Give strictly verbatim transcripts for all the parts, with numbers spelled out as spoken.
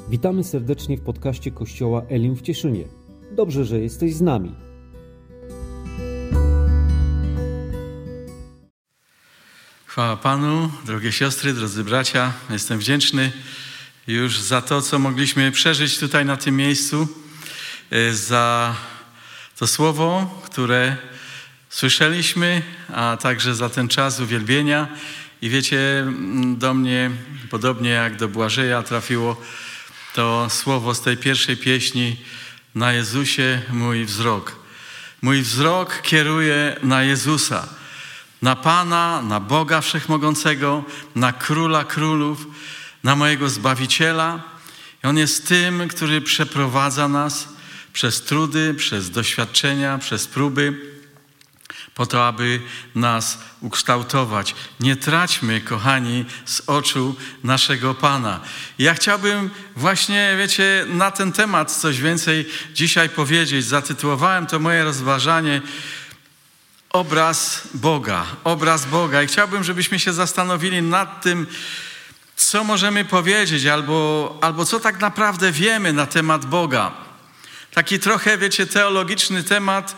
Witamy serdecznie w podcaście Kościoła Elim w Cieszynie. Dobrze, że jesteś z nami. Chwała Panu, drogie siostry, drodzy bracia. Jestem wdzięczny już za to, co mogliśmy przeżyć tutaj na tym miejscu, za to słowo, które słyszeliśmy, a także za ten czas uwielbienia. I wiecie, do mnie, podobnie jak do Błażeja, trafiło to słowo z tej pierwszej pieśni: na Jezusie mój wzrok. Mój wzrok kieruje na Jezusa, na Pana, na Boga Wszechmogącego, na Króla Królów, na mojego Zbawiciela. I On jest tym, który przeprowadza nas przez trudy, przez doświadczenia, przez próby, po to, aby nas ukształtować. Nie traćmy, kochani, z oczu naszego Pana. Ja chciałbym właśnie, wiecie, na ten temat coś więcej dzisiaj powiedzieć. Zatytułowałem to moje rozważanie Obraz Boga. Obraz Boga. I chciałbym, żebyśmy się zastanowili nad tym, co możemy powiedzieć, albo, albo co tak naprawdę wiemy na temat Boga. Taki trochę, wiecie, teologiczny temat.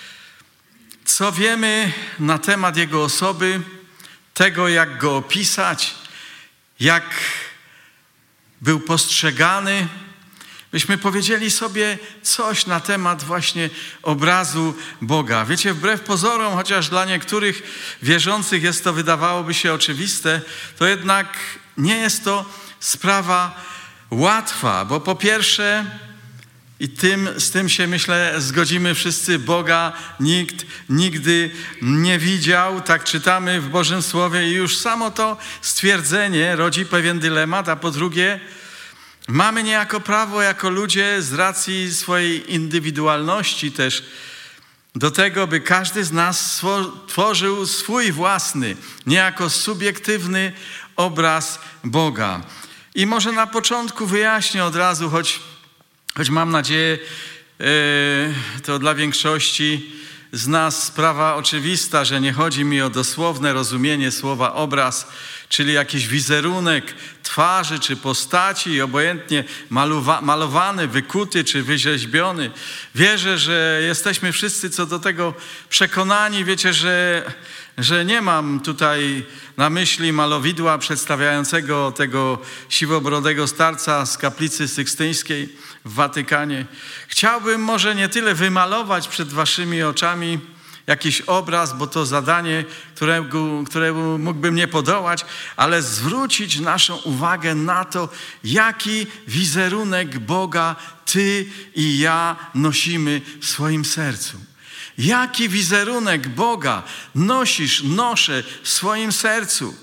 Co wiemy na temat Jego osoby, tego, jak Go opisać, jak był postrzegany, byśmy powiedzieli sobie coś na temat właśnie obrazu Boga. Wiecie, wbrew pozorom, chociaż dla niektórych wierzących jest to, wydawałoby się oczywiste, to jednak nie jest to sprawa łatwa, bo po pierwsze, i tym, z tym się, myślę, zgodzimy wszyscy, Boga nikt nigdy nie widział. Tak czytamy w Bożym Słowie i już samo to stwierdzenie rodzi pewien dylemat, a po drugie, mamy niejako prawo jako ludzie z racji swojej indywidualności też do tego, by każdy z nas tworzył swój własny, niejako subiektywny obraz Boga. I może na początku wyjaśnię od razu, choć Choć mam nadzieję, to dla większości z nas sprawa oczywista, że nie chodzi mi o dosłowne rozumienie słowa obraz, czyli jakiś wizerunek twarzy czy postaci, obojętnie maluwa, malowany, wykuty czy wyrzeźbiony. Wierzę, że jesteśmy wszyscy co do tego przekonani. Wiecie, że, że nie mam tutaj na myśli malowidła przedstawiającego tego siwobrodego starca z kaplicy sykstyńskiej w Watykanie. Chciałbym może nie tyle wymalować przed waszymi oczami jakiś obraz, bo to zadanie, którego, któremu mógłbym nie podołać, ale zwrócić naszą uwagę na to, jaki wizerunek Boga ty i ja nosimy w swoim sercu. Jaki wizerunek Boga nosisz, noszę w swoim sercu?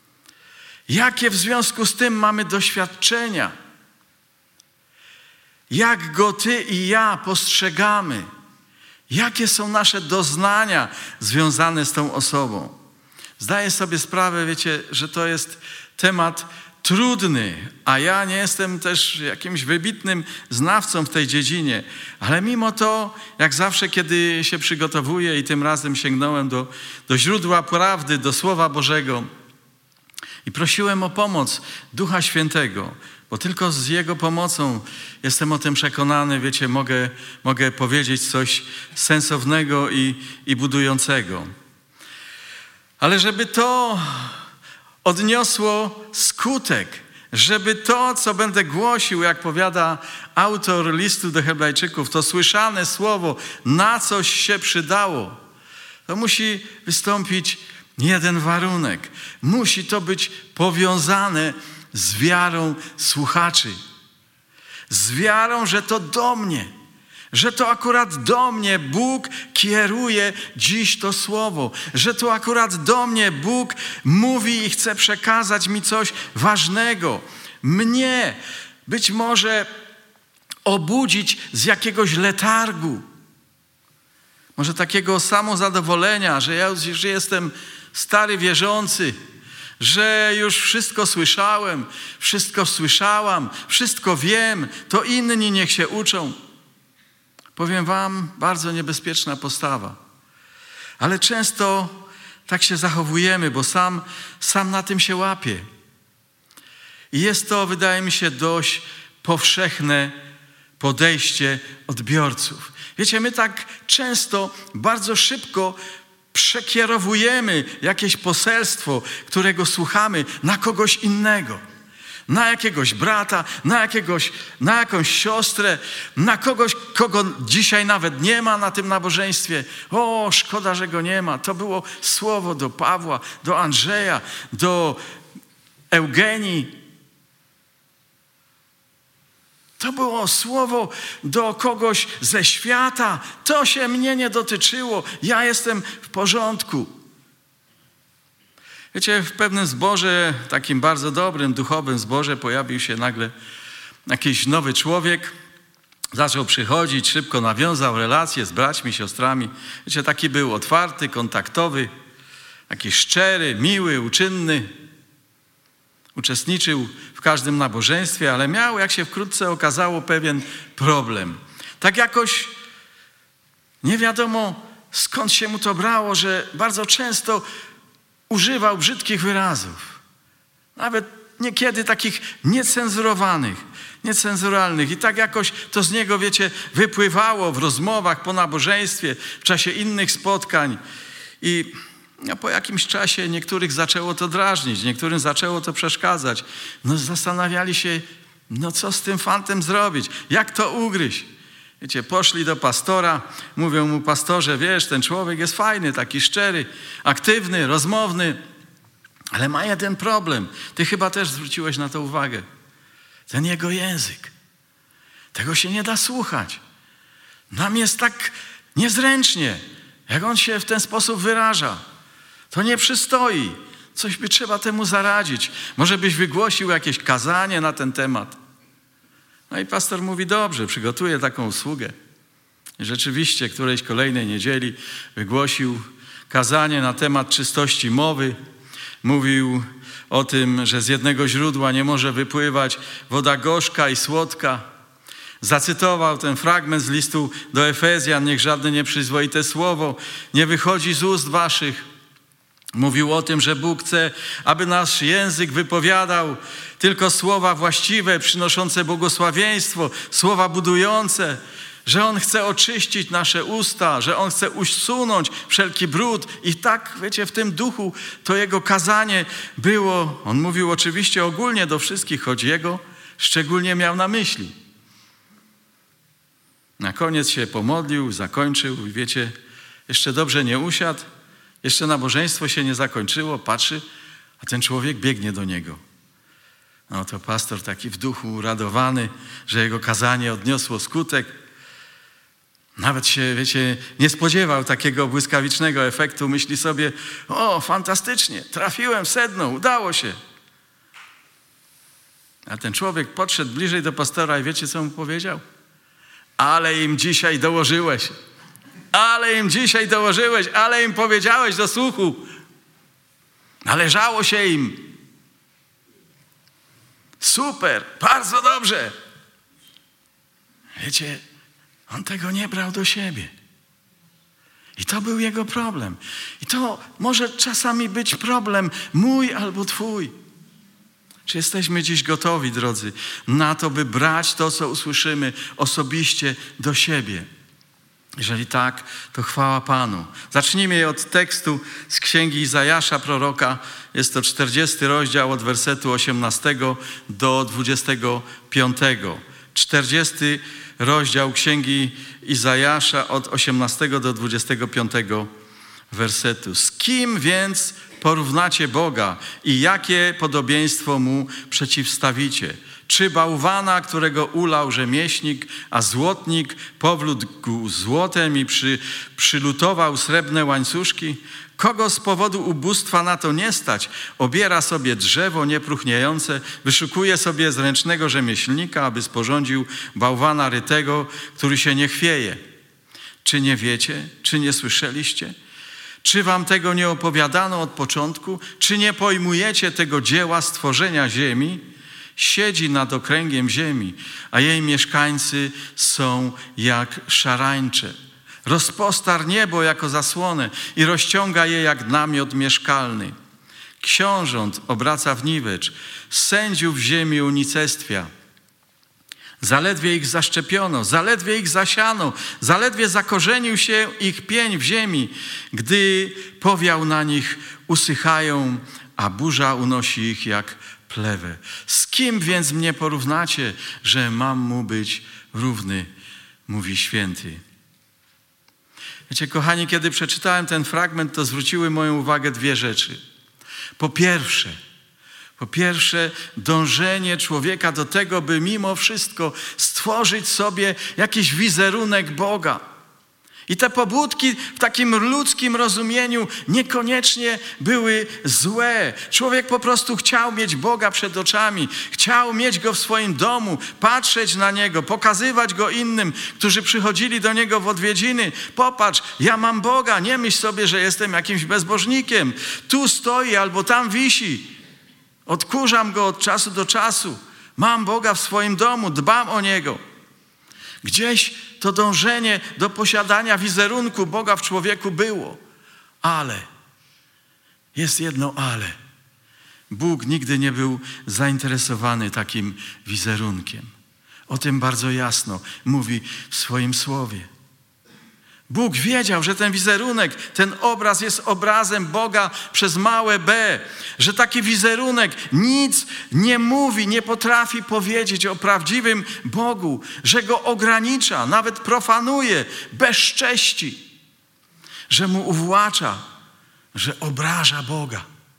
Jakie w związku z tym mamy doświadczenia? Jak Go ty i ja postrzegamy? Jakie są nasze doznania związane z tą osobą? Zdaję sobie sprawę, wiecie, że to jest temat trudny, a ja nie jestem też jakimś wybitnym znawcą w tej dziedzinie, ale mimo to, jak zawsze, kiedy się przygotowuję i tym razem sięgnąłem do, do źródła prawdy, do Słowa Bożego i prosiłem o pomoc Ducha Świętego, bo tylko z Jego pomocą, jestem o tym przekonany, wiecie, mogę, mogę powiedzieć coś sensownego i, i budującego. Ale żeby to odniosło skutek, żeby to, co będę głosił, jak powiada autor listu do Hebrajczyków, to słyszane słowo na coś się przydało, to musi wystąpić jeden warunek. Musi to być powiązane z wiarą słuchaczy. Z wiarą, że to do mnie, że to akurat do mnie Bóg kieruje dziś to słowo, że to akurat do mnie Bóg mówi i chce przekazać mi coś ważnego. Mnie być może obudzić z jakiegoś letargu, może takiego samozadowolenia, że ja już jestem stary wierzący, że już wszystko słyszałem, wszystko słyszałam, wszystko wiem, to inni niech się uczą. Powiem wam, bardzo niebezpieczna postawa. Ale często tak się zachowujemy, bo sam, sam na tym się łapię. I jest to, wydaje mi się, dość powszechne podejście odbiorców. Wiecie, my tak często, bardzo szybko przekierowujemy jakieś poselstwo, którego słuchamy, na kogoś innego. Na jakiegoś brata, na, jakiegoś, na jakąś siostrę, na kogoś, kogo dzisiaj nawet nie ma na tym nabożeństwie. O, szkoda, że go nie ma. To było słowo do Pawła, do Andrzeja, do Eugenii. To było słowo do kogoś ze świata. To się mnie nie dotyczyło. Ja jestem w porządku. Wiecie, w pewnym zborze, takim bardzo dobrym, duchowym zborze, pojawił się nagle jakiś nowy człowiek. Zaczął przychodzić, szybko nawiązał relacje z braćmi, siostrami. Wiecie, taki był otwarty, kontaktowy, taki szczery, miły, uczynny. Uczestniczył w każdym nabożeństwie, ale miał, jak się wkrótce okazało, pewien problem. Tak jakoś nie wiadomo, skąd się mu to brało, że bardzo często używał brzydkich wyrazów. Nawet niekiedy takich niecenzurowanych, niecenzuralnych. I tak jakoś to z niego, wiecie, wypływało w rozmowach po nabożeństwie, w czasie innych spotkań. I no, po jakimś czasie niektórych zaczęło to drażnić, niektórym zaczęło to przeszkadzać. No zastanawiali się, no co z tym fantem zrobić, jak to ugryźć. Wiecie, poszli do pastora, mówią mu: pastorze, wiesz, ten człowiek jest fajny, taki szczery, aktywny, rozmowny, ale ma jeden problem. Ty chyba też zwróciłeś na to uwagę. Ten jego język. Tego się nie da słuchać. Nam jest tak niezręcznie, jak on się w ten sposób wyraża. To nie przystoi. Coś by trzeba temu zaradzić. Może byś wygłosił jakieś kazanie na ten temat. No i pastor mówi: dobrze, przygotuję taką usługę. I rzeczywiście którejś kolejnej niedzieli wygłosił kazanie na temat czystości mowy. Mówił o tym, że z jednego źródła nie może wypływać woda gorzka i słodka. Zacytował ten fragment z listu do Efezjan: niech żadne nieprzyzwoite słowo nie wychodzi z ust waszych. Mówił o tym, że Bóg chce, aby nasz język wypowiadał tylko słowa właściwe, przynoszące błogosławieństwo, słowa budujące, że On chce oczyścić nasze usta, że On chce usunąć wszelki brud. I tak, wiecie, w tym duchu to Jego kazanie było. On mówił oczywiście ogólnie do wszystkich, choć Jego szczególnie miał na myśli. Na koniec się pomodlił, zakończył i wiecie, jeszcze dobrze nie usiadł, jeszcze nabożeństwo się nie zakończyło, patrzy, a ten człowiek biegnie do niego. No to pastor taki w duchu uradowany, że jego kazanie odniosło skutek. Nawet się, wiecie, nie spodziewał takiego błyskawicznego efektu. Myśli sobie: o, fantastycznie, trafiłem w sedno, udało się. A ten człowiek podszedł bliżej do pastora i wiecie, co mu powiedział? Ale im dzisiaj dołożyłeś. Ale im dzisiaj dołożyłeś, ale im powiedziałeś do słuchu. Należało się im. Super, bardzo dobrze. Wiecie, on tego nie brał do siebie. I to był jego problem. I to może czasami być problem mój albo twój. Czy jesteśmy dziś gotowi, drodzy, na to, by brać to, co usłyszymy, osobiście do siebie? Jeżeli tak, to chwała Panu. Zacznijmy od tekstu z księgi Izajasza proroka. Jest to czterdziesty rozdział od wersetu osiemnastego do dwudziestego piątego. czterdziesty rozdział księgi Izajasza od osiemnastego do dwudziestego piątego wersetu. Z kim więc porównacie Boga i jakie podobieństwo Mu przeciwstawicie? Czy bałwana, którego ulał rzemieślnik, a złotnik powlódł złotem i przy, przylutował srebrne łańcuszki? Kogo z powodu ubóstwa na to nie stać? Obiera sobie drzewo niepróchniejące, wyszukuje sobie zręcznego rzemieślnika, aby sporządził bałwana rytego, który się nie chwieje. Czy nie wiecie? Czy nie słyszeliście? Czy wam tego nie opowiadano od początku? Czy nie pojmujecie tego dzieła stworzenia ziemi? Siedzi nad okręgiem ziemi, a jej mieszkańcy są jak szarańcze. Rozpostarł niebo jako zasłonę i rozciąga je jak namiot mieszkalny. Książąt obraca w niwecz, sędziów ziemi unicestwia. Zaledwie ich zaszczepiono, zaledwie ich zasiano, zaledwie zakorzenił się ich pień w ziemi, gdy powiał na nich, usychają, a burza unosi ich jak plewę. Z kim więc mnie porównacie, że mam mu być równy, mówi święty. Wiecie, kochani, kiedy przeczytałem ten fragment, to zwróciły moją uwagę dwie rzeczy. Po pierwsze, po pierwsze, dążenie człowieka do tego, by mimo wszystko stworzyć sobie jakiś wizerunek Boga. I te pobudki w takim ludzkim rozumieniu niekoniecznie były złe. Człowiek po prostu chciał mieć Boga przed oczami, chciał mieć Go w swoim domu, patrzeć na Niego, pokazywać Go innym, którzy przychodzili do Niego w odwiedziny. Popatrz, ja mam Boga, nie myśl sobie, że jestem jakimś bezbożnikiem. Tu stoi albo tam wisi. Odkurzam Go od czasu do czasu. Mam Boga w swoim domu, dbam o Niego. Gdzieś to dążenie do posiadania wizerunku Boga w człowieku było. Ale, jest jedno ale. Bóg nigdy nie był zainteresowany takim wizerunkiem. O tym bardzo jasno mówi w swoim słowie. Bóg wiedział, że ten wizerunek, ten obraz jest obrazem Boga przez małe b, że taki wizerunek nic nie mówi, nie potrafi powiedzieć o prawdziwym Bogu, że Go ogranicza, nawet profanuje, bezcześci, że Mu uwłacza, że obraża Boga.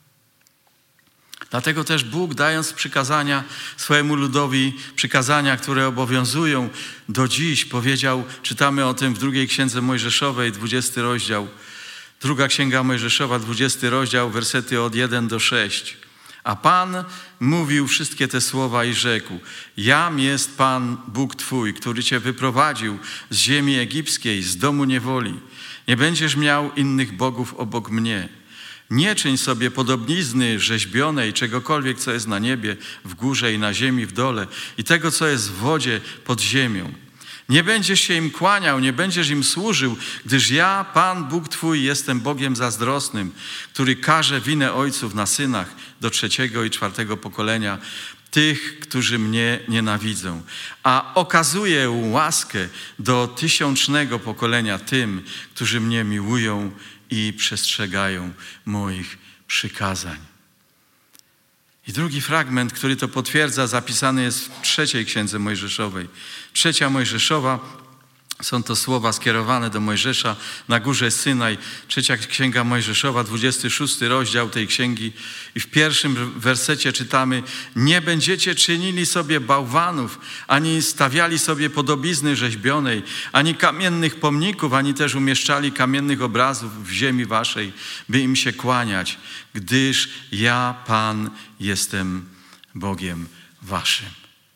Dlatego też Bóg, dając przykazania swojemu ludowi, przykazania, które obowiązują do dziś, powiedział, czytamy o tym w drugiej Księdze Mojżeszowej, dwudziesty rozdział, druga Księga Mojżeszowa, dwudziesty rozdział, wersety od jeden do sześć. A Pan mówił wszystkie te słowa i rzekł, jam jest Pan, Bóg Twój, który Cię wyprowadził z ziemi egipskiej, z domu niewoli. Nie będziesz miał innych bogów obok mnie. Nie czyń sobie podobnizny rzeźbionej czegokolwiek, co jest na niebie, w górze i na ziemi w dole i tego, co jest w wodzie pod ziemią. Nie będziesz się im kłaniał, nie będziesz im służył, gdyż ja, Pan Bóg Twój, jestem Bogiem zazdrosnym, który karze winę ojców na synach do trzeciego i czwartego pokolenia, tych, którzy mnie nienawidzą, a okazuję łaskę do tysiącznego pokolenia tym, którzy mnie miłują i przestrzegają moich przykazań. I drugi fragment, który to potwierdza, zapisany jest w trzeciej Księdze Mojżeszowej. Trzecia Mojżeszowa, są to słowa skierowane do Mojżesza na górze Synaj. Trzecia Księga Mojżeszowa, dwudziesty szósty rozdział tej księgi. I w pierwszym wersecie czytamy, nie będziecie czynili sobie bałwanów, ani stawiali sobie podobizny rzeźbionej, ani kamiennych pomników, ani też umieszczali kamiennych obrazów w ziemi waszej, by im się kłaniać, gdyż ja, Pan, jestem Bogiem waszym.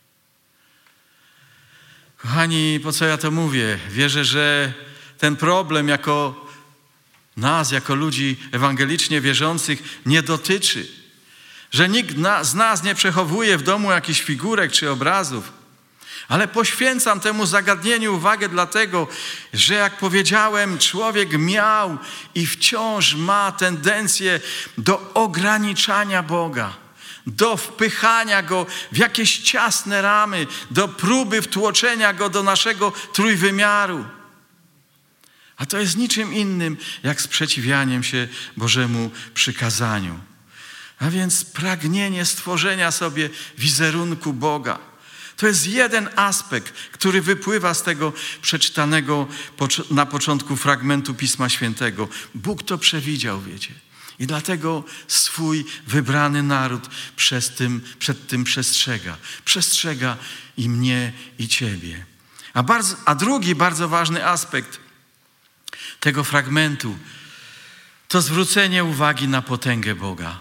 Kochani, po co ja to mówię? Wierzę, że ten problem jako nas, jako ludzi ewangelicznie wierzących nie dotyczy. Że nikt na, z nas nie przechowuje w domu jakichś figurek czy obrazów. Ale poświęcam temu zagadnieniu uwagę dlatego, że jak powiedziałem, człowiek miał i wciąż ma tendencję do ograniczania Boga. Do wpychania Go w jakieś ciasne ramy, do próby wtłoczenia Go do naszego trójwymiaru. A to jest niczym innym, jak sprzeciwianiem się Bożemu przykazaniu. A więc pragnienie stworzenia sobie wizerunku Boga. To jest jeden aspekt, który wypływa z tego przeczytanego na początku fragmentu Pisma Świętego. Bóg to przewidział, wiecie. I dlatego swój wybrany naród przez tym, przed tym przestrzega. Przestrzega i mnie, i ciebie. A, bardzo, a drugi bardzo ważny aspekt tego fragmentu to zwrócenie uwagi na potęgę Boga.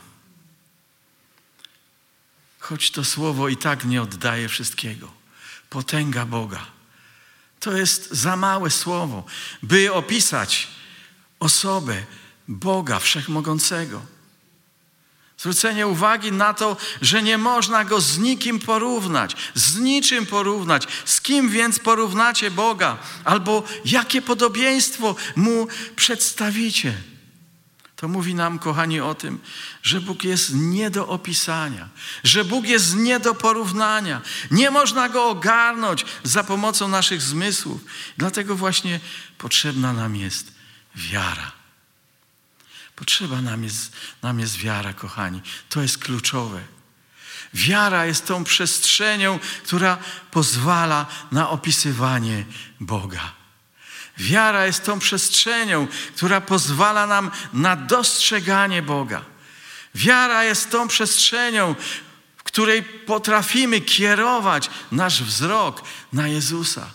Choć to słowo i tak nie oddaje wszystkiego. Potęga Boga. To jest za małe słowo, by opisać osobę Boga Wszechmogącego. Zwrócenie uwagi na to, że nie można Go z nikim porównać, z niczym porównać. Z kim więc porównacie Boga? Albo jakie podobieństwo Mu przedstawicie? To mówi nam, kochani, o tym, że Bóg jest nie do opisania, że Bóg jest nie do porównania. Nie można Go ogarnąć za pomocą naszych zmysłów. Dlatego właśnie potrzebna nam jest wiara. Potrzeba nam jest, nam jest wiara, kochani. To jest kluczowe. Wiara jest tą przestrzenią, która pozwala na opisywanie Boga. Wiara jest tą przestrzenią, która pozwala nam na dostrzeganie Boga. Wiara jest tą przestrzenią, w której potrafimy kierować nasz wzrok na Jezusa.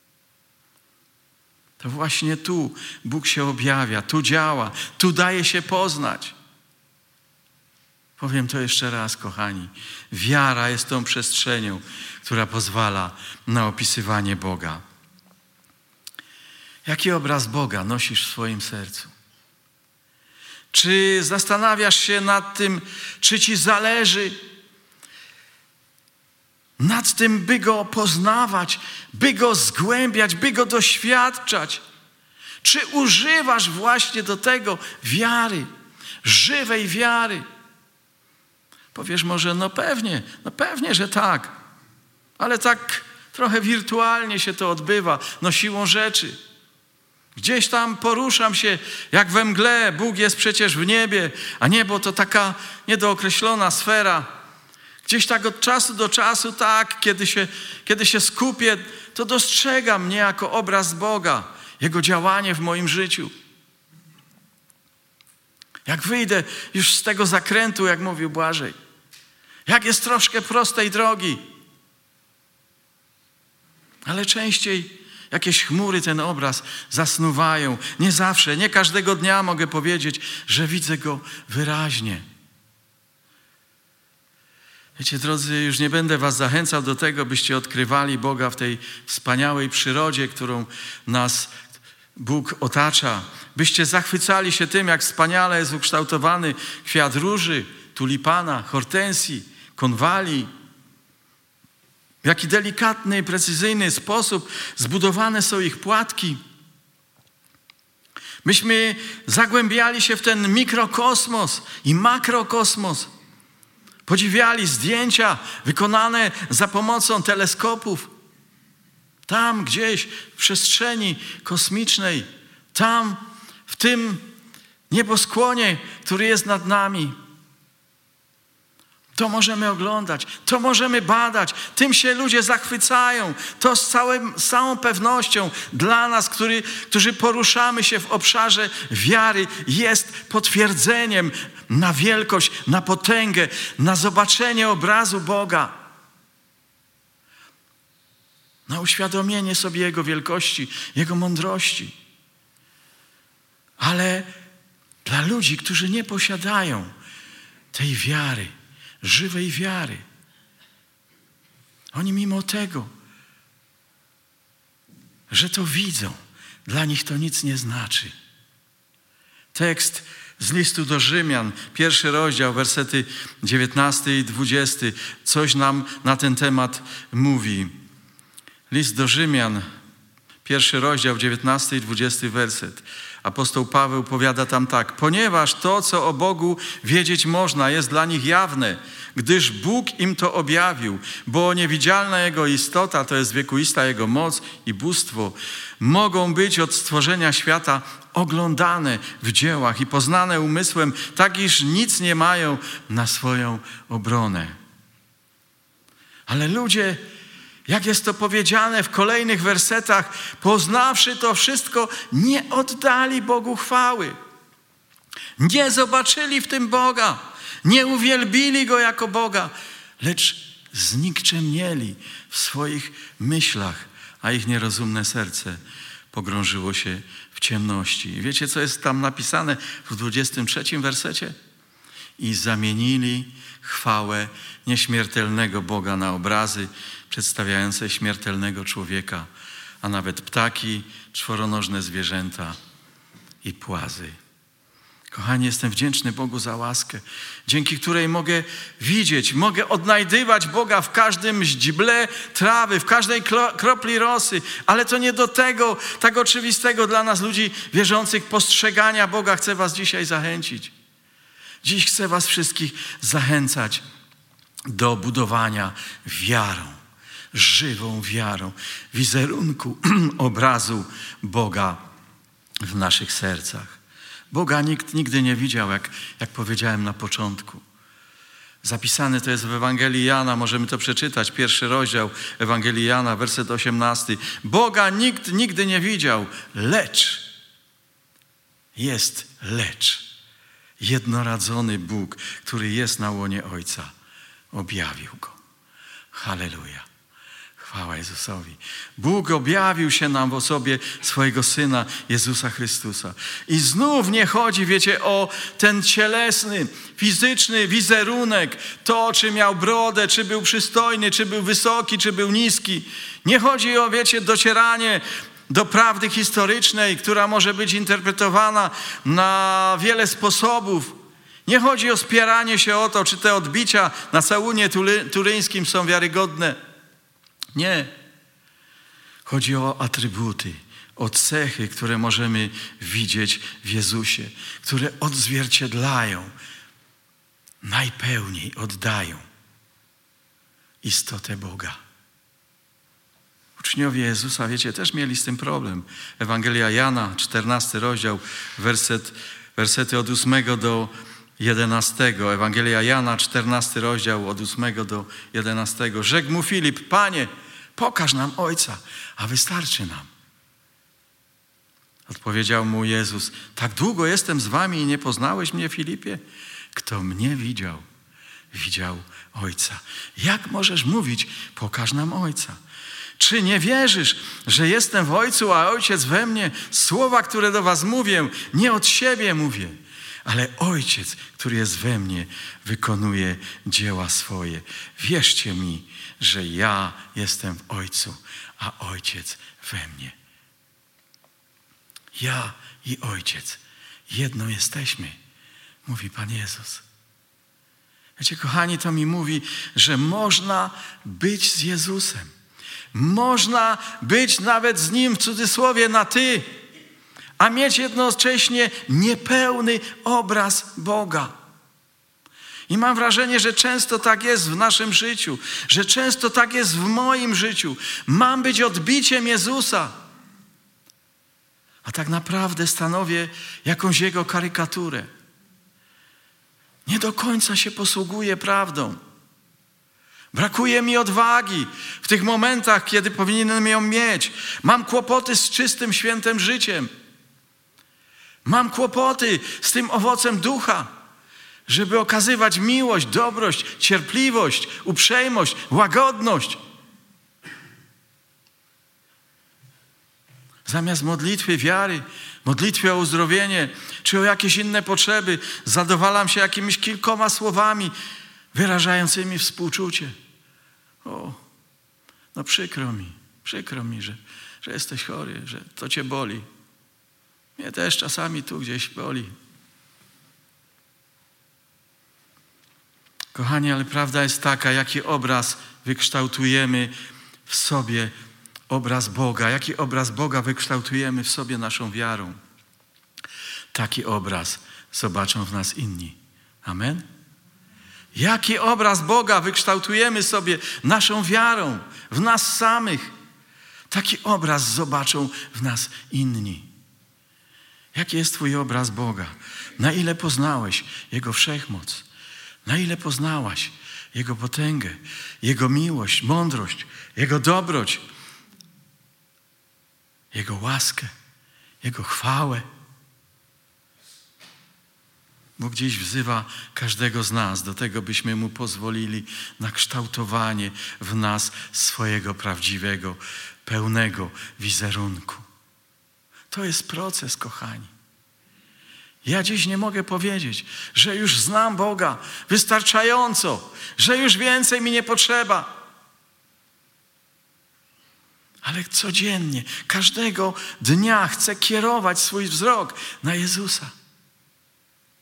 To właśnie tu Bóg się objawia, tu działa, tu daje się poznać. Powiem to jeszcze raz, kochani. Wiara jest tą przestrzenią, która pozwala na opisywanie Boga. Jaki obraz Boga nosisz w swoim sercu? Czy zastanawiasz się nad tym, czy ci zależy nad tym, by Go poznawać, by Go zgłębiać, by Go doświadczać? Czy używasz właśnie do tego wiary, żywej wiary? Powiesz może, no pewnie, no pewnie, że tak. Ale tak trochę wirtualnie się to odbywa, no siłą rzeczy. Gdzieś tam poruszam się jak we mgle. Bóg jest przecież w niebie, a niebo to taka niedookreślona sfera. Gdzieś tak od czasu do czasu, tak, kiedy się, kiedy się skupię, to dostrzegam mnie jako obraz Boga, Jego działanie w moim życiu. Jak wyjdę już z tego zakrętu, jak mówił Błażej, jak jest troszkę prostej drogi, ale częściej jakieś chmury ten obraz zasnuwają. Nie zawsze, nie każdego dnia mogę powiedzieć, że widzę Go wyraźnie. Wiecie, drodzy, już nie będę was zachęcał do tego, byście odkrywali Boga w tej wspaniałej przyrodzie, którą nas Bóg otacza. Byście zachwycali się tym, jak wspaniale jest ukształtowany kwiat róży, tulipana, hortensji, konwalii. W jaki delikatny i precyzyjny sposób zbudowane są ich płatki. Myśmy zagłębiali się w ten mikrokosmos i makrokosmos. Podziwiali zdjęcia wykonane za pomocą teleskopów. Tam gdzieś w przestrzeni kosmicznej, tam w tym nieboskłonie, który jest nad nami. To możemy oglądać, to możemy badać, tym się ludzie zachwycają. To z, całym, z całą pewnością dla nas, który, którzy poruszamy się w obszarze wiary, jest potwierdzeniem na wielkość, na potęgę, na zobaczenie obrazu Boga. Na uświadomienie sobie Jego wielkości, Jego mądrości. Ale dla ludzi, którzy nie posiadają tej wiary, żywej wiary. Oni mimo tego, że to widzą, dla nich to nic nie znaczy. Tekst z listu do Rzymian, pierwszy rozdział, wersety dziewiętnasty i dwudziesty, coś nam na ten temat mówi. List do Rzymian, pierwszy rozdział, dziewiętnasty i dwudziesty werset. Apostoł Paweł powiada tam tak: ponieważ to, co o Bogu wiedzieć można, jest dla nich jawne, gdyż Bóg im to objawił, bo niewidzialna Jego istota, to jest wiekuista Jego moc i bóstwo, mogą być od stworzenia świata oglądane w dziełach i poznane umysłem, tak iż nic nie mają na swoją obronę. Ale ludzie, jak jest to powiedziane w kolejnych wersetach, poznawszy to wszystko, nie oddali Bogu chwały. Nie zobaczyli w tym Boga, nie uwielbili Go jako Boga, lecz znikczemnieli w swoich myślach, a ich nierozumne serce pogrążyło się w ciemności. I wiecie, co jest tam napisane w dwudziestym trzecim wersecie? I zamienili chwałę nieśmiertelnego Boga na obrazy przedstawiające śmiertelnego człowieka, a nawet ptaki, czworonożne zwierzęta i płazy. Kochani, jestem wdzięczny Bogu za łaskę, dzięki której mogę widzieć, mogę odnajdywać Boga w każdym źdźble trawy, w każdej kropli rosy, ale to nie do tego, tak oczywistego dla nas ludzi wierzących postrzegania Boga chcę was dzisiaj zachęcić. Dziś chcę was wszystkich zachęcać do budowania wiarą, żywą wiarą, wizerunku, obrazu Boga w naszych sercach. Boga nikt nigdy nie widział, jak, jak powiedziałem na początku. Zapisane to jest w Ewangelii Jana, możemy to przeczytać, pierwszy rozdział Ewangelii Jana, werset osiemnasty. Boga nikt nigdy nie widział, lecz jest lecz. Jednorodzony Bóg, który jest na łonie Ojca, objawił Go. Halleluja. Chwała Jezusowi. Bóg objawił się nam w osobie swojego Syna Jezusa Chrystusa. I znów nie chodzi, wiecie, o ten cielesny, fizyczny wizerunek, to, czy miał brodę, czy był przystojny, czy był wysoki, czy był niski. Nie chodzi o, wiecie, docieranie do prawdy historycznej, która może być interpretowana na wiele sposobów. Nie chodzi o spieranie się o to, czy te odbicia na całunie turyńskim są wiarygodne. Nie. Chodzi o atrybuty, o cechy, które możemy widzieć w Jezusie, które odzwierciedlają, najpełniej oddają istotę Boga. Uczniowie Jezusa, wiecie, też mieli z tym problem. Ewangelia Jana, czternasty rozdział, werset, wersety od ósmego do jedenastego. Ewangelia Jana, czternasty rozdział, od ósmego do jedenastego. Rzekł mu Filip: Panie, pokaż nam Ojca, a wystarczy nam. Odpowiedział mu Jezus: tak długo jestem z wami i nie poznałeś mnie, Filipie? Kto mnie widział, widział Ojca. Jak możesz mówić: pokaż nam Ojca? Czy nie wierzysz, że jestem w Ojcu, a Ojciec we mnie? Słowa, które do was mówię, nie od siebie mówię, ale Ojciec, który jest we mnie, wykonuje dzieła swoje. Wierzcie mi, że ja jestem w Ojcu, a Ojciec we mnie. Ja i Ojciec jedno jesteśmy, mówi Pan Jezus. Wiecie, kochani, to mi mówi, że można być z Jezusem. Można być nawet z Nim, w cudzysłowie, na ty, a mieć jednocześnie niepełny obraz Boga. I mam wrażenie, że często tak jest w naszym życiu, że często tak jest w moim życiu. Mam być odbiciem Jezusa, a tak naprawdę stanowię jakąś Jego karykaturę. Nie do końca się posługuję prawdą. Brakuje mi odwagi w tych momentach, kiedy powinienem ją mieć. Mam kłopoty z czystym, świętym życiem. Mam kłopoty z tym owocem ducha, żeby okazywać miłość, dobrość, cierpliwość, uprzejmość, łagodność. Zamiast modlitwy wiary, modlitwy o uzdrowienie, czy o jakieś inne potrzeby, zadowalam się jakimiś kilkoma słowami wyrażającymi współczucie. O, no przykro mi, przykro mi, że, że jesteś chory, że to cię boli. Mnie też czasami tu gdzieś boli. Kochani, ale prawda jest taka, jaki obraz wykształtujemy w sobie, obraz Boga, jaki obraz Boga wykształtujemy w sobie naszą wiarą. Taki obraz zobaczą w nas inni. Amen? Jaki obraz Boga wykształtujemy sobie naszą wiarą, w nas samych. Taki obraz zobaczą w nas inni. Jaki jest twój obraz Boga? Na ile poznałeś Jego wszechmoc? Na ile poznałaś Jego potęgę, Jego miłość, mądrość, Jego dobroć, Jego łaskę, Jego chwałę? Bóg dziś wzywa każdego z nas do tego, byśmy Mu pozwolili na kształtowanie w nas swojego prawdziwego, pełnego wizerunku. To jest proces, kochani. Ja dziś nie mogę powiedzieć, że już znam Boga wystarczająco, że już więcej mi nie potrzeba. Ale codziennie, każdego dnia chcę kierować swój wzrok na Jezusa.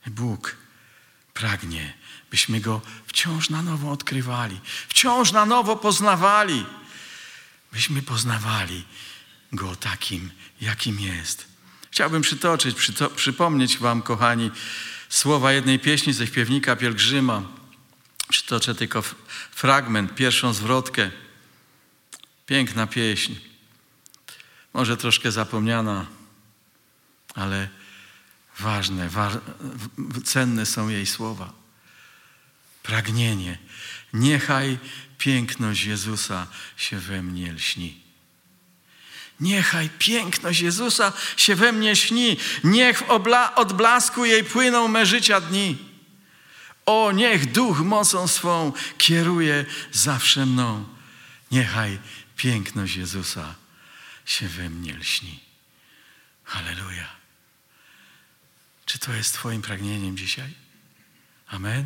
Bóg pragnie, byśmy Go wciąż na nowo odkrywali, wciąż na nowo poznawali, byśmy poznawali Go takim, jakim jest. Chciałbym przytoczyć, przyto- przypomnieć wam, kochani, słowa jednej pieśni ze śpiewnika Pielgrzyma. Przytoczę tylko f- fragment, pierwszą zwrotkę. Piękna pieśń, może troszkę zapomniana, ale ważne, wa- cenne są jej słowa. Pragnienie. Niechaj piękność Jezusa się we mnie lśni. Niechaj piękność Jezusa się we mnie śni. Niech w obla- odblasku jej płyną me życia dni. O, niech Duch mocą swą kieruje zawsze mną. Niechaj piękność Jezusa się we mnie lśni. Halleluja. Czy to jest twoim pragnieniem dzisiaj? Amen.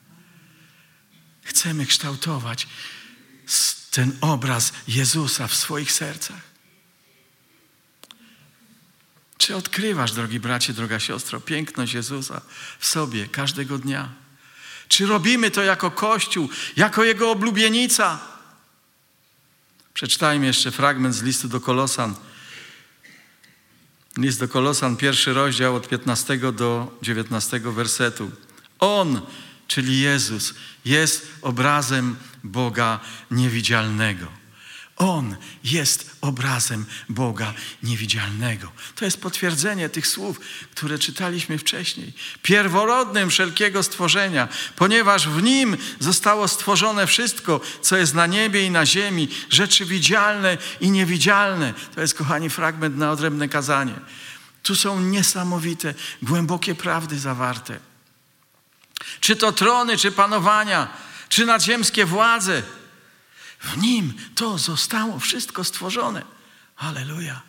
Chcemy kształtować ten obraz Jezusa w swoich sercach. Czy odkrywasz, drogi bracie, droga siostro, piękność Jezusa w sobie każdego dnia? Czy robimy to jako Kościół, jako Jego oblubienica? Przeczytajmy jeszcze fragment z listu do Kolosan. List do Kolosan, pierwszy rozdział od piętnastego do dziewiętnastego wersetu. On, czyli Jezus, jest obrazem Boga niewidzialnego. On jest obrazem Boga niewidzialnego. To jest potwierdzenie tych słów, które czytaliśmy wcześniej. Pierworodnym wszelkiego stworzenia, ponieważ w Nim zostało stworzone wszystko, co jest na niebie i na ziemi, rzeczy widzialne i niewidzialne. To jest, kochani, fragment na odrębne kazanie. Tu są niesamowite, głębokie prawdy zawarte. Czy to trony, czy panowania, czy nadziemskie władze. W Nim to zostało wszystko stworzone. Halleluja.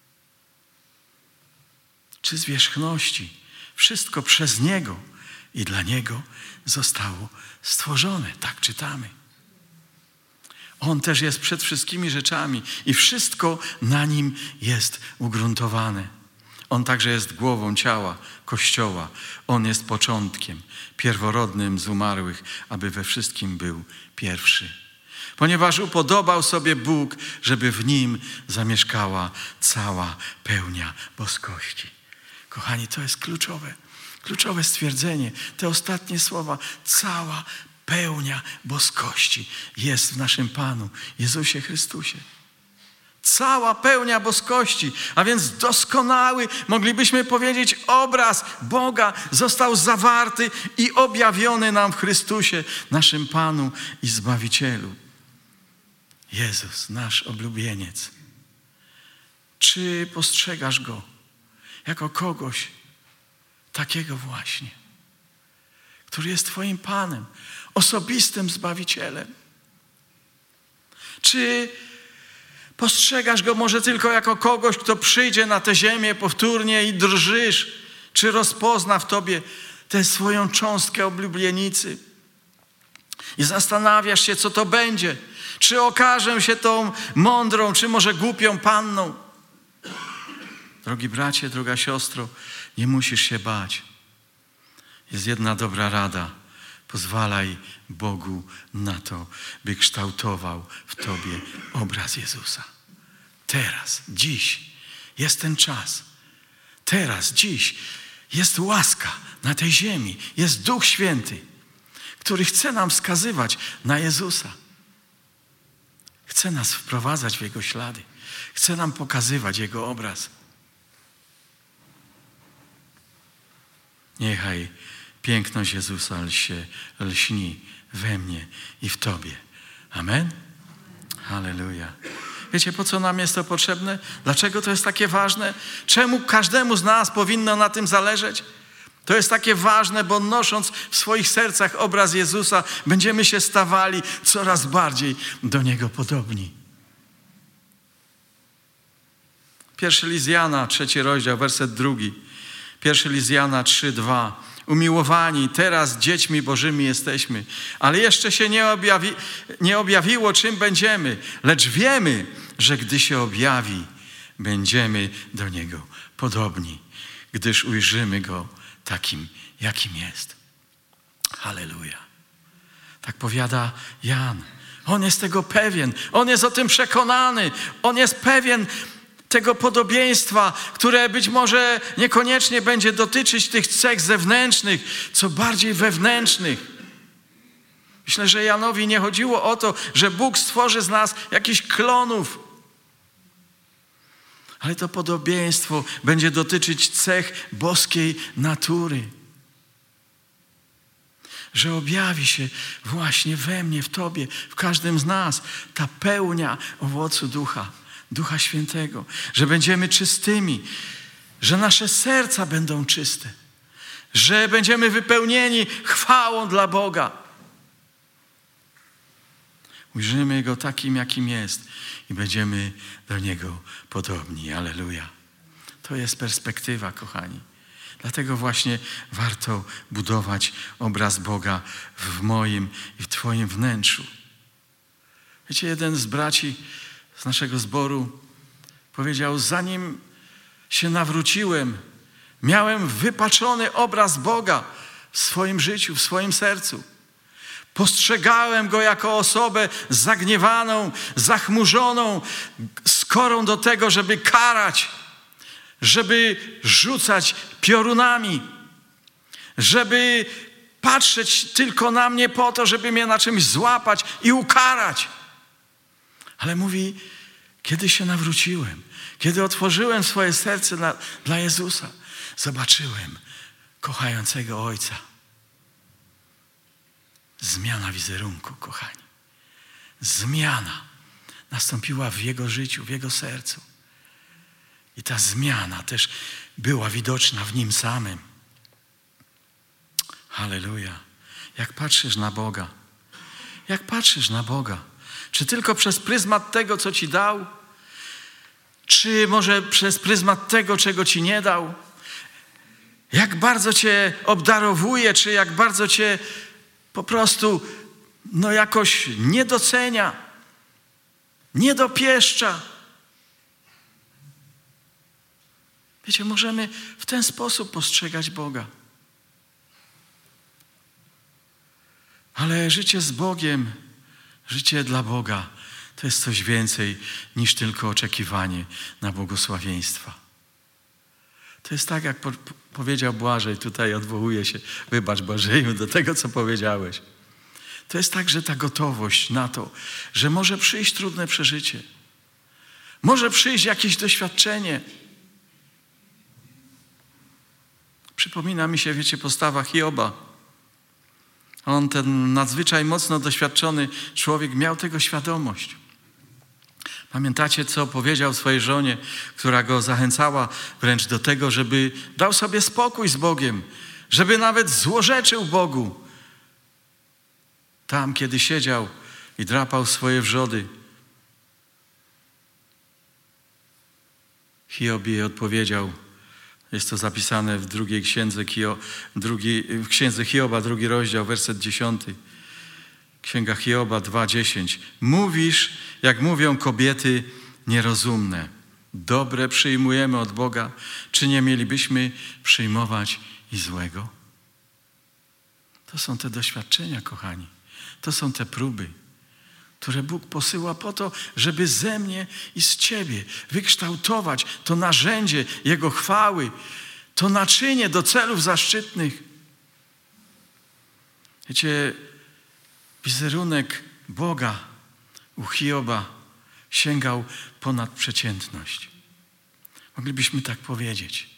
Czy zwierzchności. Wszystko przez Niego i dla Niego zostało stworzone. Tak czytamy. On też jest przed wszystkimi rzeczami i wszystko na Nim jest ugruntowane. On także jest głową ciała Kościoła. On jest początkiem, pierworodnym z umarłych, aby we wszystkim był pierwszy. Ponieważ upodobał sobie Bóg, żeby w Nim zamieszkała cała pełnia boskości. Kochani, to jest kluczowe, kluczowe stwierdzenie. Te ostatnie słowa, cała pełnia boskości jest w naszym Panu, Jezusie Chrystusie. Cała pełnia boskości, a więc doskonały, moglibyśmy powiedzieć, obraz Boga został zawarty i objawiony nam w Chrystusie, naszym Panu i Zbawicielu. Jezus, nasz oblubieniec. Czy postrzegasz Go jako kogoś takiego właśnie, który jest Twoim Panem, osobistym Zbawicielem? Czy postrzegasz Go może tylko jako kogoś, kto przyjdzie na tę ziemię powtórnie i drżysz? Czy rozpozna w Tobie tę swoją cząstkę oblubienicy? I zastanawiasz się, co to będzie. Czy okażę się tą mądrą, czy może głupią panną? Drogi bracie, droga siostro, nie musisz się bać. Jest jedna dobra rada. Pozwalaj Bogu na to, by kształtował w tobie obraz Jezusa. Teraz, dziś jest ten czas. Teraz, dziś jest łaska na tej ziemi. Jest Duch Święty, który chce nam wskazywać na Jezusa. Chce nas wprowadzać w Jego ślady. Chce nam pokazywać Jego obraz. Niechaj piękność Jezusa się lśni we mnie i w Tobie. Amen? Halleluja. Wiecie, po co nam jest to potrzebne? Dlaczego to jest takie ważne? Czemu każdemu z nas powinno na tym zależeć? To jest takie ważne, bo nosząc w swoich sercach obraz Jezusa, będziemy się stawali coraz bardziej do Niego podobni. Pierwszy list Jana, trzeci rozdział, werset drugi. Pierwszy list Jana trzy, dwa. Umiłowani, teraz dziećmi Bożymi jesteśmy, ale jeszcze się nie, objawi, nie objawiło, czym będziemy, lecz wiemy, że gdy się objawi, będziemy do Niego podobni, gdyż ujrzymy Go takim, jakim jest. Halleluja. Tak powiada Jan. On jest tego pewien. On jest o tym przekonany. On jest pewien tego podobieństwa, które być może niekoniecznie będzie dotyczyć tych cech zewnętrznych, co bardziej wewnętrznych. Myślę, że Janowi nie chodziło o to, że Bóg stworzy z nas jakichś klonów. Ale to podobieństwo będzie dotyczyć cech boskiej natury. Że objawi się właśnie we mnie, w Tobie, w każdym z nas ta pełnia owocu Ducha, Ducha Świętego. Że będziemy czystymi, że nasze serca będą czyste, że będziemy wypełnieni chwałą dla Boga. Ujrzymy Go takim, jakim jest i będziemy do Niego podobni. Alleluja. To jest perspektywa, kochani. Dlatego właśnie warto budować obraz Boga w moim i w Twoim wnętrzu. Wiecie, jeden z braci z naszego zboru powiedział, zanim się nawróciłem, miałem wypaczony obraz Boga w swoim życiu, w swoim sercu. Postrzegałem Go jako osobę zagniewaną, zachmurzoną, skorą do tego, żeby karać, żeby rzucać piorunami, żeby patrzeć tylko na mnie po to, żeby mnie na czymś złapać i ukarać. Ale mówi, kiedy się nawróciłem, kiedy otworzyłem swoje serce dla, dla Jezusa, zobaczyłem kochającego Ojca. Zmiana wizerunku, kochani. Zmiana nastąpiła w Jego życiu, w Jego sercu. I ta zmiana też była widoczna w Nim samym. Halleluja. Jak patrzysz na Boga, jak patrzysz na Boga, czy tylko przez pryzmat tego, co Ci dał, czy może przez pryzmat tego, czego Ci nie dał? Jak bardzo Cię obdarowuje, czy jak bardzo Cię po prostu no jakoś nie docenia, nie dopieszcza. Wiecie, możemy w ten sposób postrzegać Boga. Ale życie z Bogiem, życie dla Boga, to jest coś więcej niż tylko oczekiwanie na błogosławieństwa. To jest tak, jak po, po, powiedział Błażej, tutaj odwołuję się, wybacz Błażeju, do tego, co powiedziałeś. To jest także ta gotowość na to, że może przyjść trudne przeżycie. Może przyjść jakieś doświadczenie. Przypomina mi się, wiecie, postawa Hioba. On, ten nadzwyczaj mocno doświadczony człowiek, miał tego świadomość. Pamiętacie, co powiedział swojej żonie, która go zachęcała wręcz do tego, żeby dał sobie spokój z Bogiem, żeby nawet złorzeczył Bogu. Tam, kiedy siedział i drapał swoje wrzody, Hiob jej odpowiedział. Jest to zapisane w drugiej księdze, Hio, drugi, w księdze Hioba, drugi rozdział, werset dziesiąty. Księga Hioba dwa dziesięć. Mówisz, jak mówią kobiety nierozumne. Dobre przyjmujemy od Boga, czy nie mielibyśmy przyjmować i złego? To są te doświadczenia, kochani. To są te próby, które Bóg posyła po to, żeby ze mnie i z Ciebie wykształtować to narzędzie Jego chwały, to naczynie do celów zaszczytnych. Wiecie, wizerunek Boga u Hioba sięgał ponad przeciętność. Moglibyśmy tak powiedzieć.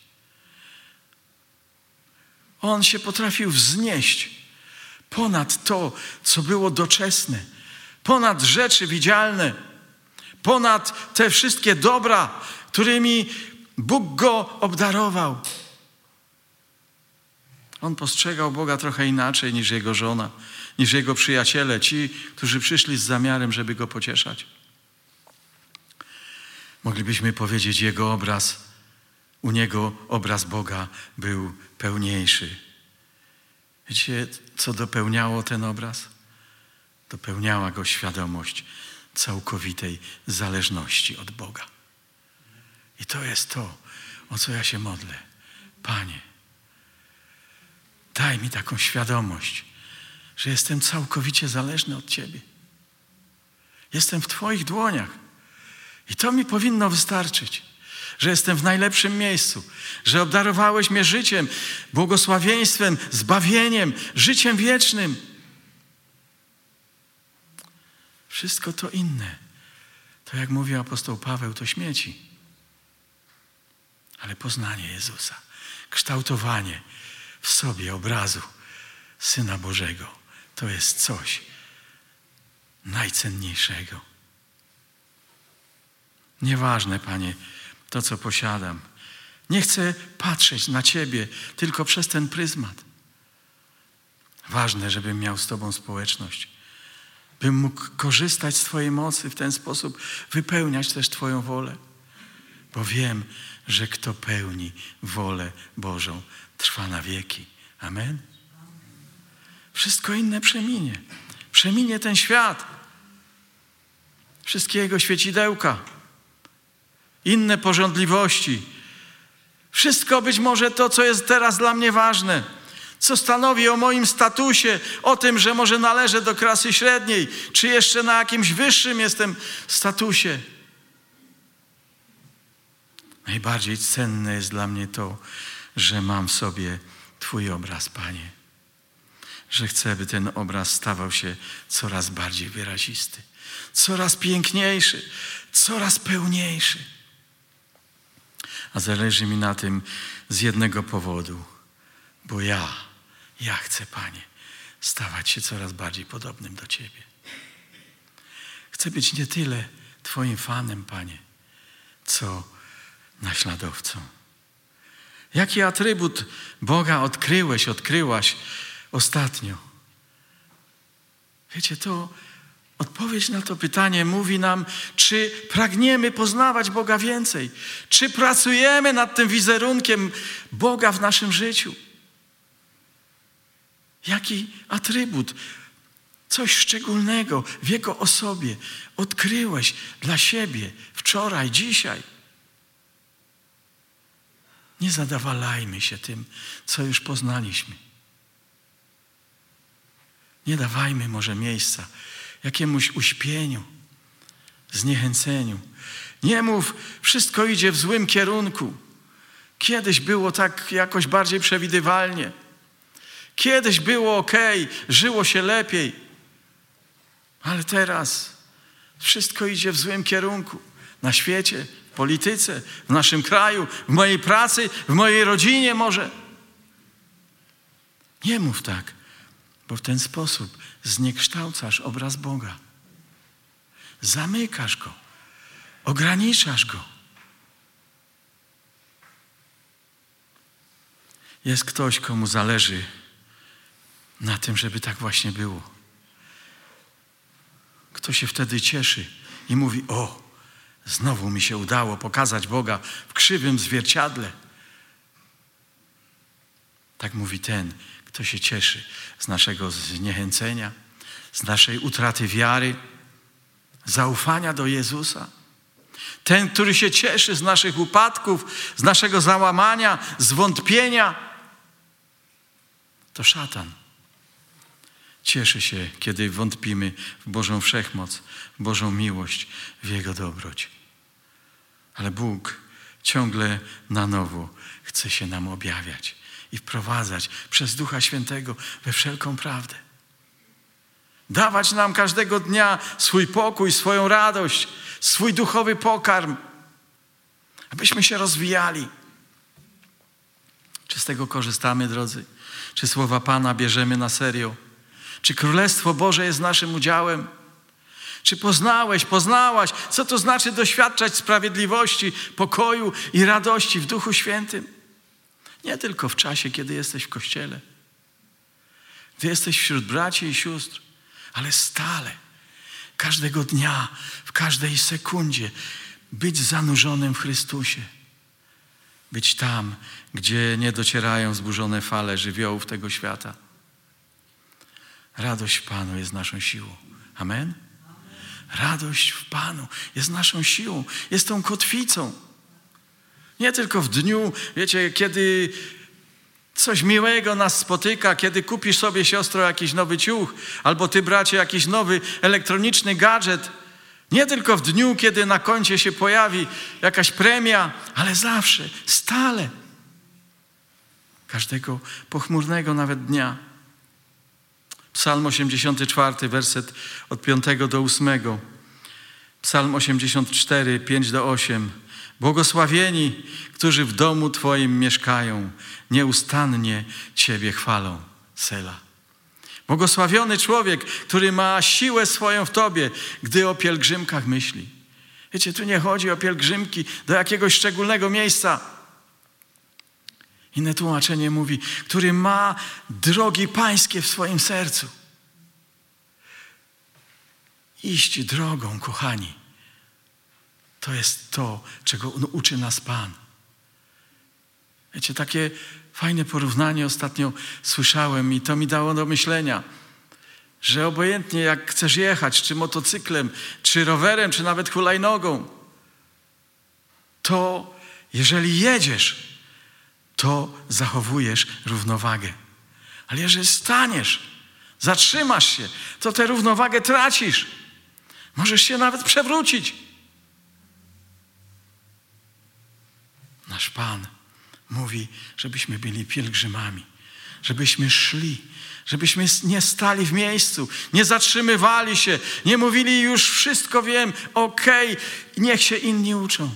On się potrafił wznieść ponad to, co było doczesne, ponad rzeczy widzialne, ponad te wszystkie dobra, którymi Bóg go obdarował. On postrzegał Boga trochę inaczej niż jego żona, niż jego przyjaciele, ci, którzy przyszli z zamiarem, żeby go pocieszać. Moglibyśmy powiedzieć, jego obraz, u niego obraz Boga był pełniejszy. Wiecie, co dopełniało ten obraz? Dopełniała go świadomość całkowitej zależności od Boga. I to jest to, o co ja się modlę. Panie, Daj mi taką świadomość, że jestem całkowicie zależny od Ciebie. Jestem w Twoich dłoniach i to mi powinno wystarczyć, że jestem w najlepszym miejscu, że obdarowałeś mnie życiem, błogosławieństwem, zbawieniem, życiem wiecznym. Wszystko to inne, to jak mówi apostoł Paweł, to śmieci. Ale poznanie Jezusa, kształtowanie w sobie obrazu Syna Bożego, to jest coś najcenniejszego. Nieważne, Panie, to, co posiadam. Nie chcę patrzeć na Ciebie tylko przez ten pryzmat. Ważne, żebym miał z Tobą społeczność. Bym mógł korzystać z Twojej mocy w ten sposób, wypełniać też Twoją wolę. Bo wiem, że kto pełni wolę Bożą, trwa na wieki. Amen? Wszystko inne przeminie. Przeminie ten świat. Wszystkie jego świecidełka. Inne pożądliwości. Wszystko być może to, co jest teraz dla mnie ważne. Co stanowi o moim statusie, o tym, że może należę do klasy średniej, czy jeszcze na jakimś wyższym jestem statusie. Najbardziej cenne jest dla mnie to, że mam w sobie Twój obraz, Panie. Że chcę, by ten obraz stawał się coraz bardziej wyrazisty, coraz piękniejszy, coraz pełniejszy. A zależy mi na tym z jednego powodu, bo ja, ja chcę, Panie, stawać się coraz bardziej podobnym do Ciebie. Chcę być nie tyle Twoim fanem, Panie, co naśladowcą. Jaki atrybut Boga odkryłeś, odkryłaś ostatnio? Wiecie, to odpowiedź na to pytanie mówi nam, czy pragniemy poznawać Boga więcej, czy pracujemy nad tym wizerunkiem Boga w naszym życiu. Jaki atrybut, coś szczególnego w Jego osobie odkryłeś dla siebie wczoraj, dzisiaj. Nie zadawalajmy się tym, co już poznaliśmy. Nie dawajmy może miejsca jakiemuś uśpieniu, zniechęceniu. Nie mów, wszystko idzie w złym kierunku. Kiedyś było tak jakoś bardziej przewidywalnie. Kiedyś było okej, żyło się lepiej. Ale teraz wszystko idzie w złym kierunku. Na świecie, w polityce, w naszym kraju, w mojej pracy, w mojej rodzinie może. Nie mów tak, bo w ten sposób zniekształcasz obraz Boga. Zamykasz Go. Ograniczasz Go. Jest ktoś, komu zależy na tym, żeby tak właśnie było. Kto się wtedy cieszy i mówi, o, znowu mi się udało pokazać Boga w krzywym zwierciadle. Tak mówi ten, kto się cieszy z naszego zniechęcenia, z naszej utraty wiary, zaufania do Jezusa. Ten, który się cieszy z naszych upadków, z naszego załamania, zwątpienia, to szatan. Cieszy się, kiedy wątpimy w Bożą wszechmoc, w Bożą miłość, w Jego dobroć. Ale Bóg ciągle na nowo chce się nam objawiać i wprowadzać przez Ducha Świętego we wszelką prawdę. Dawać nam każdego dnia swój pokój, swoją radość, swój duchowy pokarm, abyśmy się rozwijali. Czy z tego korzystamy, drodzy? Czy słowa Pana bierzemy na serio? Czy Królestwo Boże jest naszym udziałem? Czy poznałeś, poznałaś, co to znaczy doświadczać sprawiedliwości, pokoju i radości w Duchu Świętym? Nie tylko w czasie, kiedy jesteś w Kościele, gdy jesteś wśród braci i sióstr, ale stale, każdego dnia, w każdej sekundzie być zanurzonym w Chrystusie. Być tam, gdzie nie docierają wzburzone fale żywiołów tego świata. Radość w Panu jest naszą siłą. Amen? Radość w Panu jest naszą siłą, jest tą kotwicą. Nie tylko w dniu, wiecie, kiedy Coś miłego nas spotyka, kiedy kupisz sobie, siostro, jakiś nowy ciuch, albo ty, bracie, jakiś nowy elektroniczny gadżet. Nie tylko w dniu, kiedy na koncie się pojawi jakaś premia, ale zawsze, stale. Każdego pochmurnego nawet dnia. Psalm osiemdziesiąty czwarty, werset od piątego do ósmego. Psalm osiemdziesiąty czwarty, pięć do ósmego. Błogosławieni, którzy w domu Twoim mieszkają, nieustannie Ciebie chwalą. Sela. Błogosławiony człowiek, który ma siłę swoją w Tobie, gdy o pielgrzymkach myśli. Wiecie, tu nie chodzi o pielgrzymki do jakiegoś szczególnego miejsca. Inne tłumaczenie mówi, który ma drogi pańskie w swoim sercu. Iść drogą, kochani. To jest to, czego uczy nas Pan. Wiecie, takie fajne porównanie ostatnio słyszałem i to mi dało do myślenia, że obojętnie jak chcesz jechać, czy motocyklem, czy rowerem, czy nawet hulajnogą, to jeżeli jedziesz, to zachowujesz równowagę. Ale jeżeli staniesz, zatrzymasz się, to tę równowagę tracisz. Możesz się nawet przewrócić. Nasz Pan mówi, żebyśmy byli pielgrzymami, żebyśmy szli, żebyśmy nie stali w miejscu, nie zatrzymywali się, nie mówili już wszystko wiem, okej, okay, niech się inni uczą.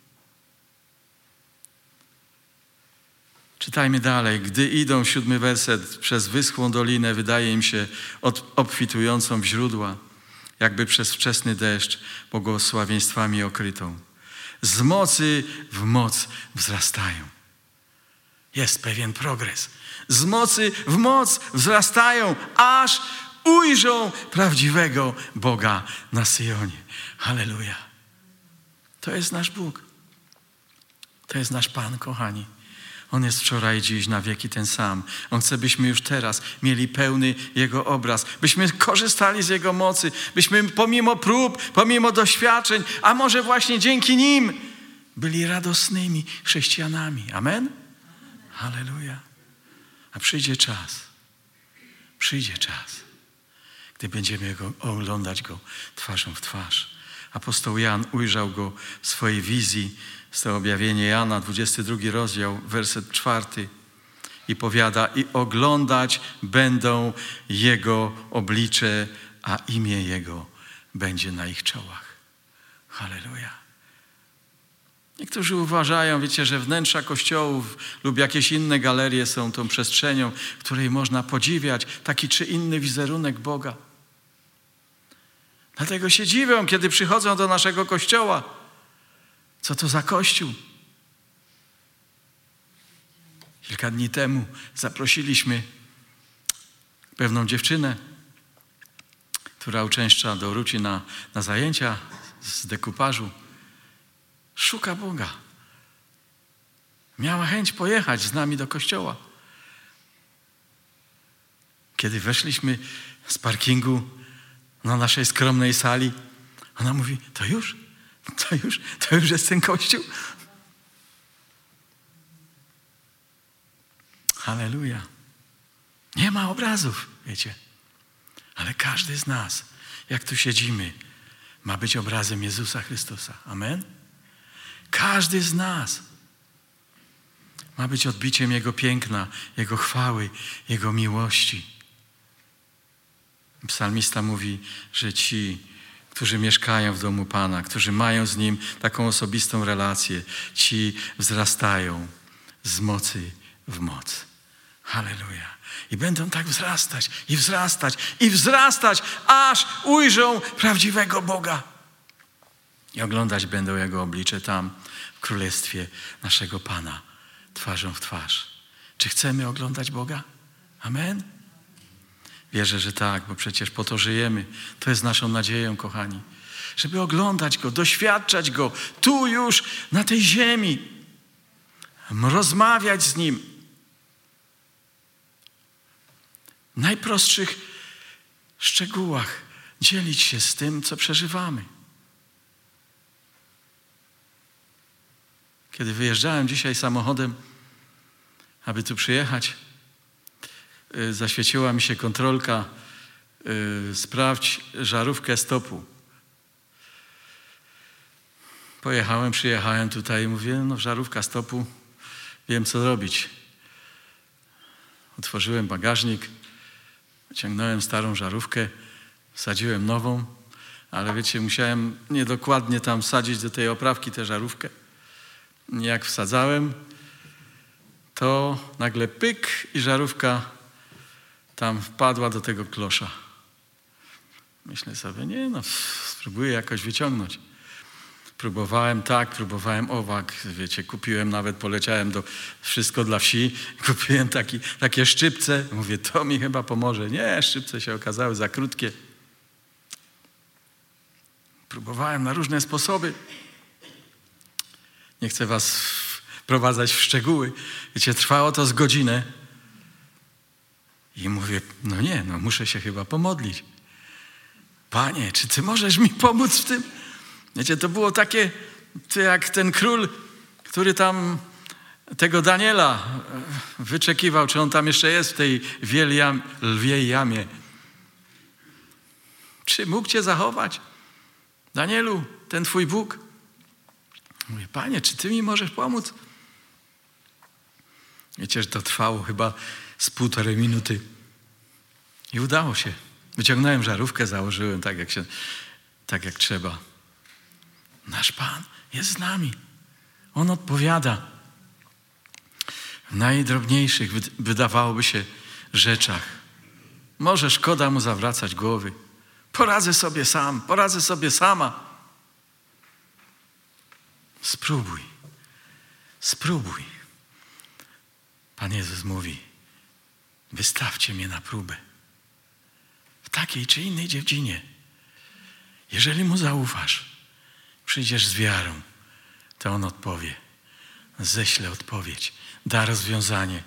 Czytajmy dalej. Gdy idą, siódmy werset, przez wyschłą dolinę wydaje im się od, obfitującą w źródła, jakby przez wczesny deszcz błogosławieństwami okrytą. Z mocy w moc wzrastają. Jest pewien progres. Z mocy w moc wzrastają, aż ujrzą prawdziwego Boga na Syjonie. Halleluja. To jest nasz Bóg. To jest nasz Pan, kochani. On jest wczoraj, dziś, na wieki ten sam. On chce, byśmy już teraz mieli pełny Jego obraz, byśmy korzystali z Jego mocy, byśmy pomimo prób, pomimo doświadczeń, a może właśnie dzięki Nim byli radosnymi chrześcijanami. Amen? Halleluja. A przyjdzie czas, przyjdzie czas, gdy będziemy go, oglądać Go twarzą w twarz. Apostoł Jan ujrzał Go w swojej wizji. Jest to objawienie Jana, dwudziesty drugi rozdział, werset czwarty. I powiada, i oglądać będą Jego oblicze, a imię Jego będzie na ich czołach. Halleluja. Niektórzy uważają, wiecie, że wnętrza kościołów lub jakieś inne galerie są tą przestrzenią, w której można podziwiać taki czy inny wizerunek Boga. Dlatego się dziwią, kiedy przychodzą do naszego kościoła. Co to za kościół? Kilka dni temu zaprosiliśmy pewną dziewczynę, która uczęszcza do Ruci na, na zajęcia z dekupażu. Szuka Boga. Miała chęć pojechać z nami do kościoła. Kiedy weszliśmy z parkingu na naszej skromnej sali, ona mówi, to już? To już, to już jest ten kościół? Halleluja. Nie ma obrazów, wiecie. Ale każdy z nas, jak tu siedzimy, ma być obrazem Jezusa Chrystusa. Amen? Każdy z nas ma być odbiciem Jego piękna, Jego chwały, Jego miłości. Psalmista mówi, że ci, którzy mieszkają w domu Pana, którzy mają z Nim taką osobistą relację, ci wzrastają z mocy w moc. Halleluja. I będą tak wzrastać, i wzrastać, i wzrastać, aż ujrzą prawdziwego Boga. I oglądać będą Jego oblicze tam, w królestwie naszego Pana, twarzą w twarz. Czy chcemy oglądać Boga? Amen? Wierzę, że tak, bo przecież po to żyjemy. To jest naszą nadzieją, kochani. Żeby oglądać Go, doświadczać Go tu już, na tej ziemi. Rozmawiać z Nim. W najprostszych szczegółach dzielić się z tym, co przeżywamy. Kiedy wyjeżdżałem dzisiaj samochodem, aby tu przyjechać. Zaświeciła mi się kontrolka, sprawdź żarówkę stopu. Pojechałem, przyjechałem tutaj i mówię, no żarówka stopu, wiem co robić. Otworzyłem bagażnik, wyciągnąłem starą żarówkę, wsadziłem nową, ale wiecie, musiałem niedokładnie tam wsadzić do tej oprawki tę żarówkę. Jak wsadzałem, to nagle pyk i żarówka tam wpadła do tego klosza. Myślę sobie, nie no, spróbuję jakoś wyciągnąć. Próbowałem tak, próbowałem owak, wiecie, kupiłem nawet, poleciałem do Wszystko dla Wsi, kupiłem taki, takie szczypce. Mówię, to mi chyba pomoże. Nie, szczypce się okazały za krótkie. Próbowałem na różne sposoby. Nie chcę was wprowadzać w szczegóły. Wiecie, trwało to z godzinę. I mówię, no nie, no muszę się chyba pomodlić. Panie, czy Ty możesz mi pomóc w tym? Wiecie, to było takie, to jak ten król, który tam tego Daniela wyczekiwał, czy on tam jeszcze jest w tej wielej lwiej jamie. Czy mógł Cię zachować? Danielu, ten Twój Bóg. Mówię, Panie, czy Ty mi możesz pomóc? Wiecie, że to trwało chyba z półtorej minuty. I udało się. Wyciągnąłem żarówkę, założyłem tak jak się, tak jak trzeba. Nasz Pan jest z nami. On odpowiada w najdrobniejszych, wydawałoby się, rzeczach. Może szkoda mu zawracać głowy. Poradzę sobie sam, poradzę sobie sama. Spróbuj, spróbuj. Pan Jezus mówi, wystawcie mnie na próbę. W takiej czy innej dziedzinie. Jeżeli Mu zaufasz, przyjdziesz z wiarą, to On odpowie. Ześle odpowiedź, da rozwiązanie.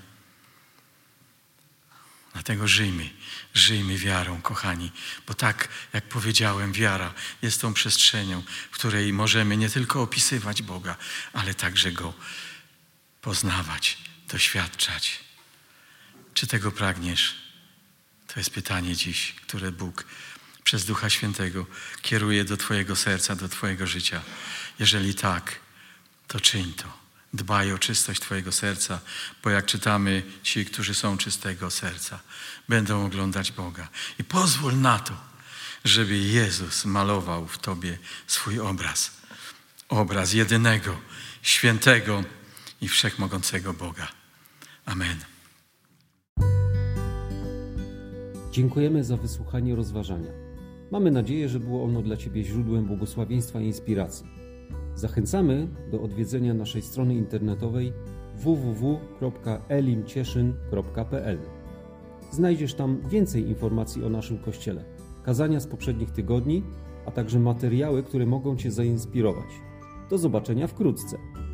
Dlatego żyjmy, żyjmy wiarą, kochani, bo tak jak powiedziałem, wiara jest tą przestrzenią, w której możemy nie tylko opisywać Boga, ale także Go poznawać, doświadczać. Czy tego pragniesz? To jest pytanie dziś, które Bóg przez Ducha Świętego kieruje do Twojego serca, do Twojego życia. Jeżeli tak, to czyń to. Dbaj o czystość Twojego serca, bo jak czytamy, ci, którzy są czystego serca, będą oglądać Boga. I pozwól na to, żeby Jezus malował w Tobie swój obraz. Obraz jedynego, świętego i wszechmogącego Boga. Amen. Dziękujemy za wysłuchanie rozważania. Mamy nadzieję, że było ono dla Ciebie źródłem błogosławieństwa i inspiracji. Zachęcamy do odwiedzenia naszej strony internetowej w w w kropka elimcieszyn kropka p l. Znajdziesz tam więcej informacji o naszym Kościele, kazania z poprzednich tygodni, a także materiały, które mogą Cię zainspirować. Do zobaczenia wkrótce.